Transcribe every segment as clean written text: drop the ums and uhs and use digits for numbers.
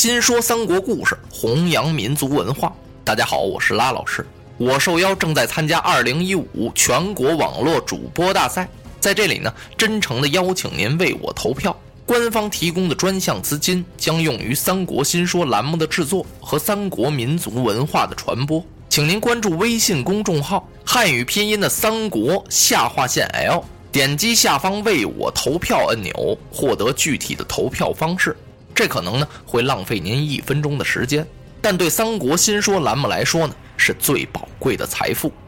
新说三国故事，弘扬民族文化。大家好，我是拉老师。我受邀正在参加2015全国网络主播大赛，在这里呢，真诚地邀请您为我投票。官方提供的专项资金将用于三国新说栏目的制作和三国民族文化的传播。请您关注微信公众号汉语拼音的三国下划线 L， 点击下方为我投票按钮，获得具体的投票方式。这可能呢会浪费您1分钟的时间，但对三国新说栏目来说呢，是最宝贵的财富。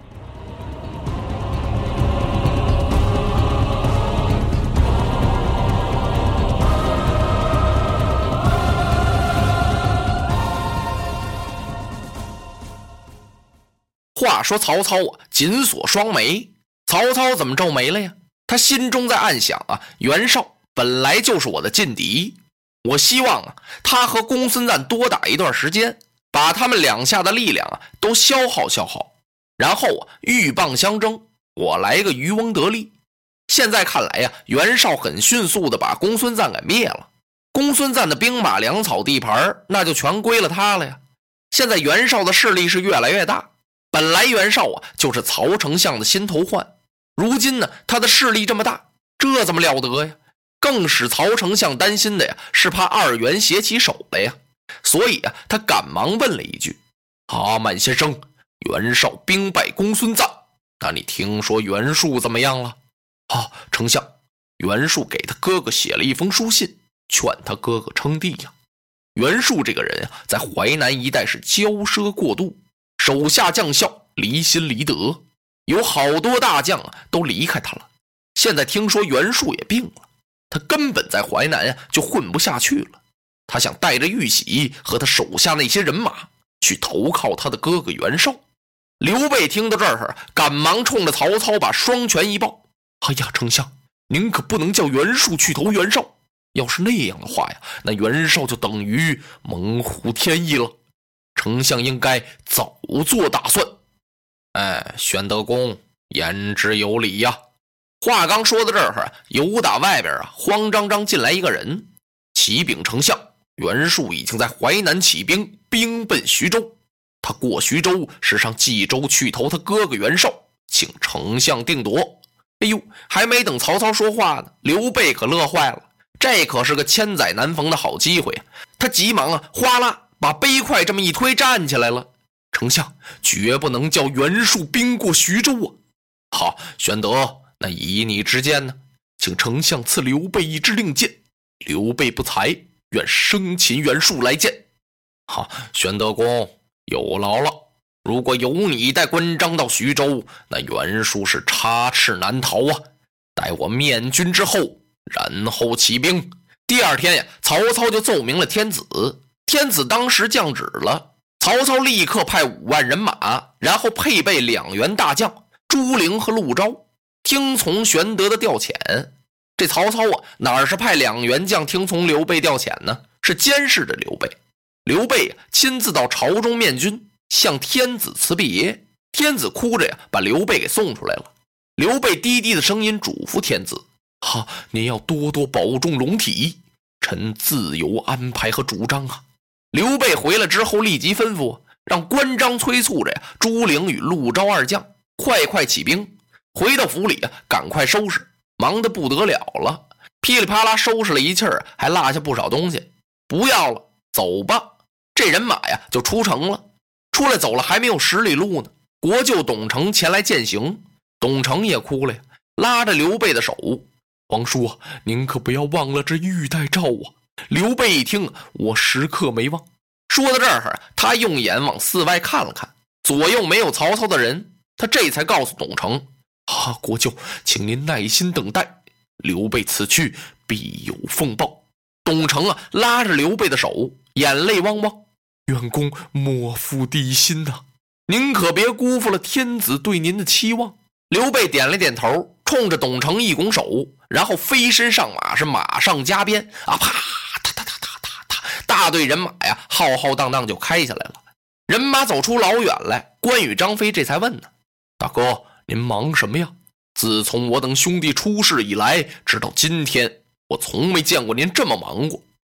话说曹操啊，紧锁双眉。曹操怎么皱眉了呀？他心中在暗想啊，袁绍本来就是我的劲敌，我希望啊，他和公孙瓒多打一段时间，把他们两下的力量啊都消耗消耗，然后啊鹬蚌相争，我来个渔翁得利。现在看来呀，袁绍很迅速的把公孙瓒给灭了，公孙瓒的兵马粮草地盘那就全归了他了呀。现在袁绍的势力是越来越大，本来袁绍啊就是曹丞相的心头患，如今呢他的势力这么大，这怎么了得呀？更使曹丞相担心的呀，是怕二袁携起手来呀。所以啊，他赶忙问了一句：“阿满先生，袁绍兵败公孙瓒，那你听说袁术怎么样了？”啊，丞相，袁术给他哥哥写了一封书信，劝他哥哥称帝呀。袁术这个人啊，在淮南一带是骄奢过度，手下将校离心离德，有好多大将啊都离开他了。现在听说袁术也病了，他根本在淮南就混不下去了。他想带着玉玺和他手下那些人马去投靠他的哥哥袁绍。刘备听到这儿，赶忙冲着曹操把双拳一抱：“哎呀，丞相，您可不能叫袁术去投袁绍，要是那样的话呀，那袁绍就等于猛虎添翼了。丞相应该早做打算。”哎，玄德公言之有理呀。话刚说到这儿，由打外边慌张张进来一个人：“启禀丞相，袁术已经在淮南起兵，兵奔徐州。他过徐州是上冀州去投他哥哥袁绍，请丞相定夺。”哎呦，还没等曹操说话呢，刘备可乐坏了，这可是个千载难逢的好机会。他急忙哗啦把杯筷这么一推，站起来了：“丞相，绝不能叫袁术兵过徐州啊！”“好，玄德，那以你之见呢？请丞相赐刘备一支令箭，刘备不才，愿生擒袁术来见。”“好，玄德公有劳了。如果有你带关张到徐州，那袁术是插翅难逃啊！待我面君之后，然后起兵。”第二天呀，曹操就奏明了天子，天子当时降旨了。曹操立刻派5万人马，然后配备2员大将朱灵和陆昭，听从玄德的调遣。这曹操啊，哪是派2员将听从刘备调遣呢？是监视着刘备。刘备亲自到朝中面君，向天子辞别。天子哭着呀，把刘备给送出来了。刘备低低的声音嘱咐天子：“您要多多保重龙体，臣自有安排和主张啊。”刘备回来之后，立即吩咐让关张催促着朱灵与陆昭2将快起兵。回到府里赶快收拾，忙得不得了了，噼里啪啦收拾了一气儿，还落下不少东西。不要了，走吧。这人马就出城了。出来走了还没有10里路呢，国舅董承前来饯行。董承也哭了呀，拉着刘备的手：“皇叔，您可不要忘了这玉带诏啊！”刘备一听，我时刻没忘。说到这儿，他用眼往四外看了看，左右没有曹操的人，他这才告诉董承：“国舅，请您耐心等待，刘备此去必有奉报。”董承拉着刘备的手，眼泪汪汪：“远公莫负帝心呐，您可别辜负了天子对您的期望。”刘备点了点头，冲着董承一拱手，然后飞身上马，是马上加鞭啪，大队人马浩浩荡荡就开下来了。人马走出老远来，关羽、张飞这才问呢：“大哥，您忙什么呀？自从我等兄弟出事以来，直到今天，我从没见过您这么忙过。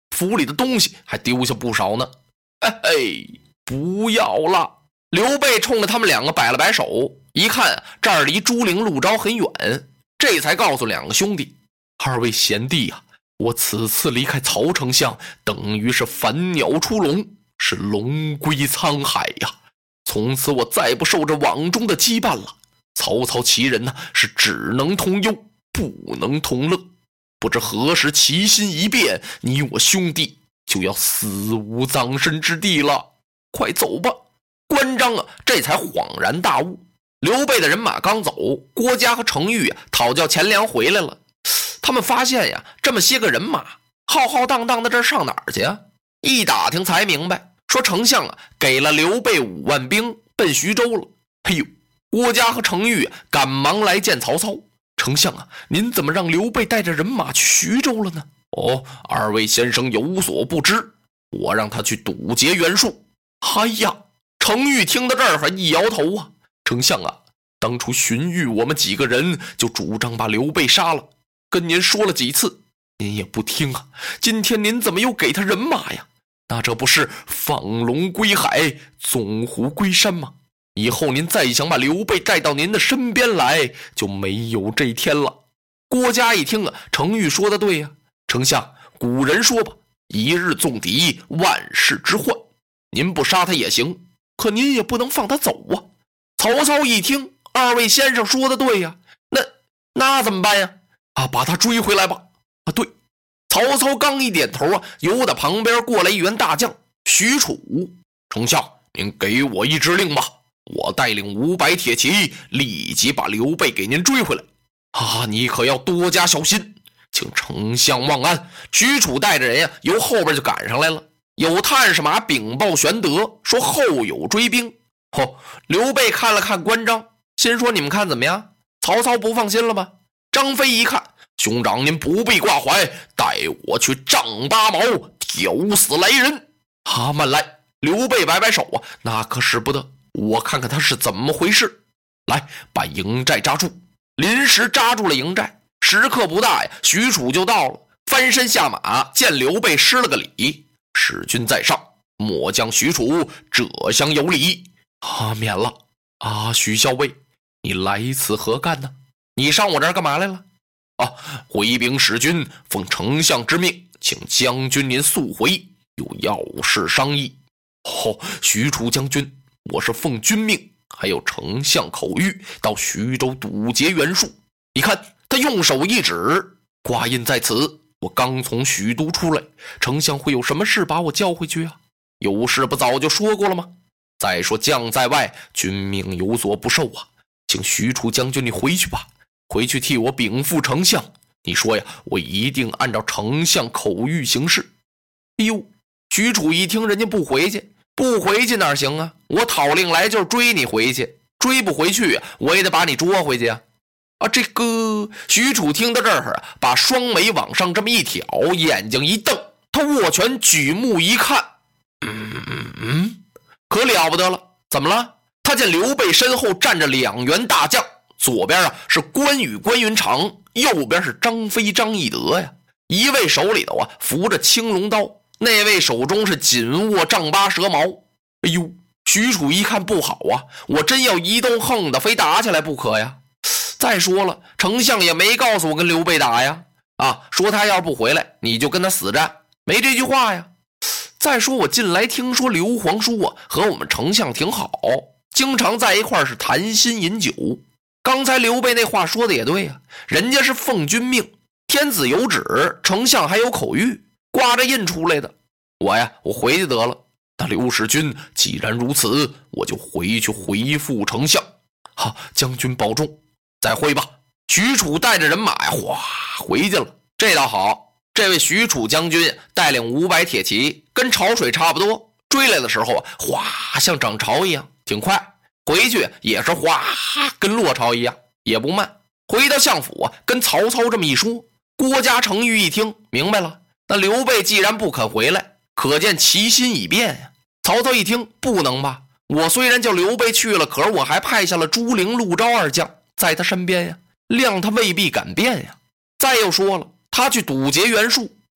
府里的东西还丢下不少呢。不要了！刘备冲着他们两个摆了摆手，一看这儿离朱陵路招很远，这才告诉两个兄弟：二位贤弟啊，我此次离开曹丞相，等于是反鸟出笼，是龙归沧海呀。从此我再不受这网中的羁绊了。曹操其人呢，是只能同忧，不能同乐。不知何时其心一变，你我兄弟就要死无葬身之地了。快走吧！关张啊，这才恍然大悟。刘备的人马刚走，郭嘉和程昱讨教钱粮回来了。他们发现呀，这么些个人马浩浩荡荡的，这上哪儿去啊？一打听才明白，说丞相啊给了刘备5万兵奔徐州了。郭嘉和程昱赶忙来见曹操。丞相啊，您怎么让刘备带着人马去徐州了呢？二位先生有所不知，我让他去堵截袁术。程昱听到这儿还一摇头啊。丞相啊，当初荀彧我们几个人就主张把刘备杀了，跟您说了几次，您也不听啊。今天您怎么又给他人马呀？那这不是放龙归海，纵虎归山吗？以后您再想把刘备带到您的身边来，就没有这天了。郭嘉一听啊，程昱说的对呀。丞相，古人说吧，一日纵敌，万世之患。您不杀他也行，可您也不能放他走啊。曹操一听，二位先生说的对呀，那怎么办呀？把他追回来吧。对。曹操刚一点头啊，由打旁边过来一员大将许褚。丞相，您给我一支令吧，我带领500铁骑，立即把刘备给您追回来。你可要多加小心，请丞相望安。许褚带着人呀，由后边就赶上来了。有探视马禀报玄德，说后有追兵。刘备看了看关张，心说你们看怎么样？曹操不放心了吧？张飞一看，兄长您不必挂怀，带我去丈八矛，挑死来人。慢来！刘备摆摆手啊，那可使不得，我看看他是怎么回事。来，把营寨扎住。临时扎住了营寨，时刻不大呀，许褚就到了，翻身下马，见刘备施了个礼：使君在上，末将许褚这厢有礼。免了。许校尉，你来此何干呢？你上我这儿干嘛来了？回禀使君，奉丞相之命，请将军您速回，有要事商议。许褚将军，我是奉君命，还有丞相口谕，到徐州堵截袁术。你看他用手一指，挂印在此。我刚从许都出来，丞相会有什么事把我叫回去啊？有事不早就说过了吗？再说将在外，君命有所不受啊，请许褚将军你回去吧，回去替我禀赋丞相。你说呀，我一定按照丞相口谕行事。许褚一听人家不回去哪行啊？我讨令来就是追你回去，追不回去我也得把你捉回去啊。这个许褚听到这儿啊，把双眉往上这么一挑，眼睛一瞪，他握拳举目一看，可了不得了。怎么了？他见刘备身后站着2员大将，左边是关羽关云长，右边是张飞张翼德呀。一位手里头扶着青龙刀，那位手中是紧握丈八蛇矛。许褚一看不好啊，我真要一动横的，非打起来不可呀。再说了，丞相也没告诉我跟刘备打呀。说他要不回来，你就跟他死战，没这句话呀。再说我近来听说刘皇叔和我们丞相挺好，经常在一块是谈心饮酒。刚才刘备那话说的也对呀，人家是奉君命，天子有旨，丞相还有口谕，挂着印出来的。我回去得了。那刘使君既然如此，我就回去回复丞相。将军保重，再会吧。许褚带着人马回去了。这倒好，这位许褚将军带领500铁骑，跟潮水差不多，追来的时候像涨潮一样，挺快。回去也是跟落潮一样，也不慢。回到相府跟曹操这么一说，郭嘉程昱一听明白了，那刘备既然不肯回来，可见其心已变呀。曹操一听，不能吧，我虽然叫刘备去了，可是我还派下了朱灵、陆昭2将在他身边呀，谅他未必敢变呀。再又说了，他去堵截袁术，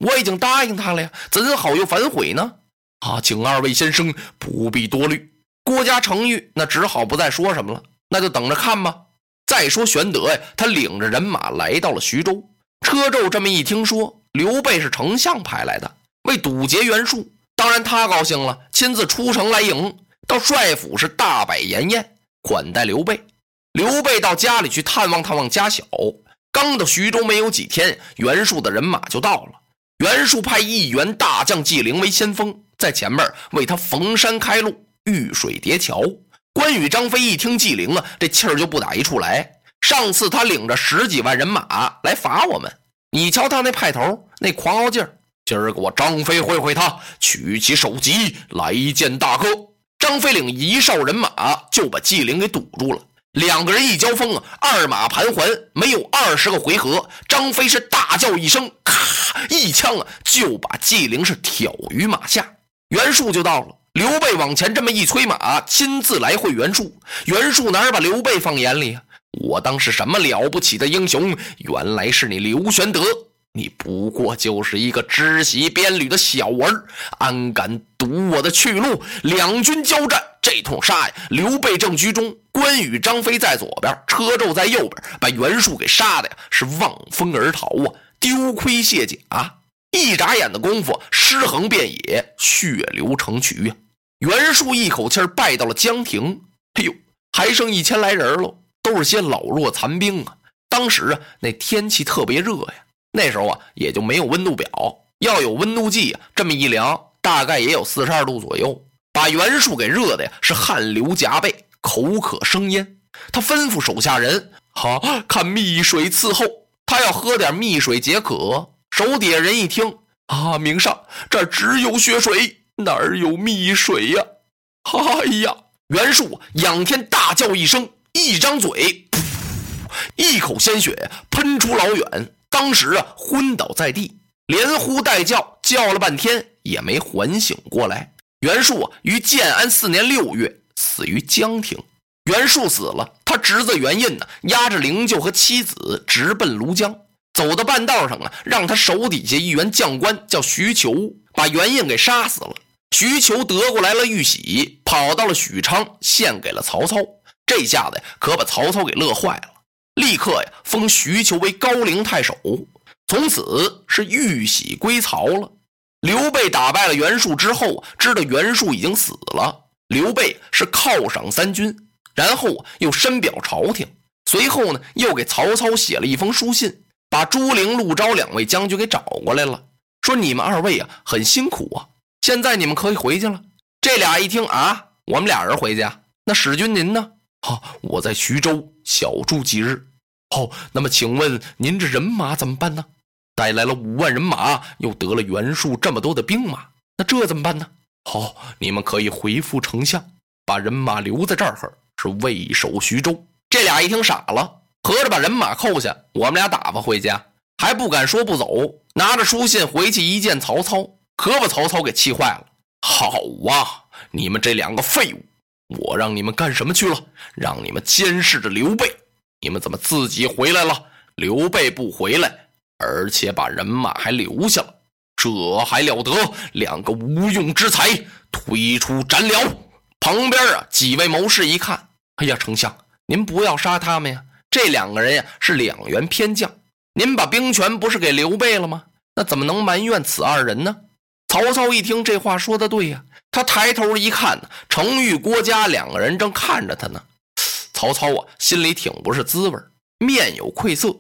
我已经答应他了呀，怎好又反悔呢？请二位先生不必多虑。郭嘉程昱那只好不再说什么了，那就等着看吧。再说玄德呀，他领着人马来到了徐州。车胄这么一听说刘备是丞相派来的，为堵截袁术，当然他高兴了，亲自出城来迎，到帅府是大摆筵宴款待刘备。刘备到家里去探望探望家小，刚到徐州没有几天，袁术的人马就到了。袁术派一员大将纪灵为先锋，在前面为他逢山开路，遇水叠桥。关羽、张飞一听纪灵这气儿就不打一处来。上次他领着10几万人马来伐我们，你瞧他那派头，那狂傲劲儿。今儿个我张飞会他，取其首级来见大哥。张飞领1哨人马就把纪灵给堵住了。2个人一交锋二马盘桓，没有20个回合，张飞是大叫一声，咔，一枪就把纪灵是挑于马下。袁术就到了，刘备往前这么一催马，亲自来会袁术。袁术哪把刘备放眼里我当是什么了不起的英雄，原来是你刘玄德，你不过就是一个知习边旅的小儿，安敢堵我的去路？2军交战，这通杀呀！刘备正居中，关羽、张飞在左边，车胄在右边，把袁术给杀的是望风而逃丢盔卸甲。一眨眼的功夫，尸横遍野，血流成渠袁术一口气败到了江亭。还剩1000来人喽，都是些老弱残兵当时那天气特别热呀，那时候也就没有温度表，要有温度计这么一量，大概也有42度左右，把袁术给热的是汗流浃背，口渴生烟。他吩咐手下人看蜜水伺候，他要喝点蜜水解渴。手底下人一听明上这只有血水，哪儿有蜜水呀？袁术仰天大叫一声，一张嘴，一口鲜血喷出老远，当时昏倒在地，连呼带叫，叫了半天也没缓醒过来。袁术于建安4年6月死于江亭。袁术死了，他侄子袁印押着灵柩和妻子直奔庐江。走到半道上让他手底下一员将官叫徐求，把袁印给杀死了。徐求得过来了玉玺，跑到了许昌，献给了曹操。这下子可把曹操给乐坏了，立刻封徐求为高陵太守，从此是玉玺归曹了。刘备打败了袁术之后，知道袁术已经死了，刘备是犒赏3军，然后又深表朝廷。随后又给曹操写了一封书信，把朱灵、陆昭2位将军给找过来了，说你们2位很辛苦现在你们可以回去了。这俩一听我们俩人回家，那使君您呢？我在徐州小住几日。那么请问您这人马怎么办呢？带来了5万人马，又得了袁术这么多的兵马，那这怎么办呢？你们可以回复丞相，把人马留在这儿是为守徐州。这俩一听傻了，合着把人马扣下，我们俩打发回家，还不敢说不走，拿着书信回去一见曹操，可把曹操给气坏了。好你们这2个废物，我让你们干什么去了？让你们监视着刘备，你们怎么自己回来了？刘备不回来，而且把人马还留下了，这还了得？2个无用之才，推出斩了。旁边几位谋士一看，丞相您不要杀他们呀，这2个人是2员偏将，您把兵权不是给刘备了吗？那怎么能埋怨此2人呢？曹操一听这话说的对呀，他抬头一看程昱、郭嘉2个人正看着他呢。曹操心里挺不是滋味，面有愧色。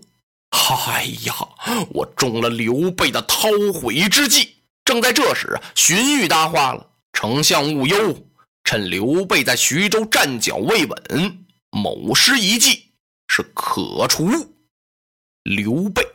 我中了刘备的韬晦之计。正在这时荀彧搭话了，丞相勿忧，趁刘备在徐州站脚未稳，某施一计，是可除刘备。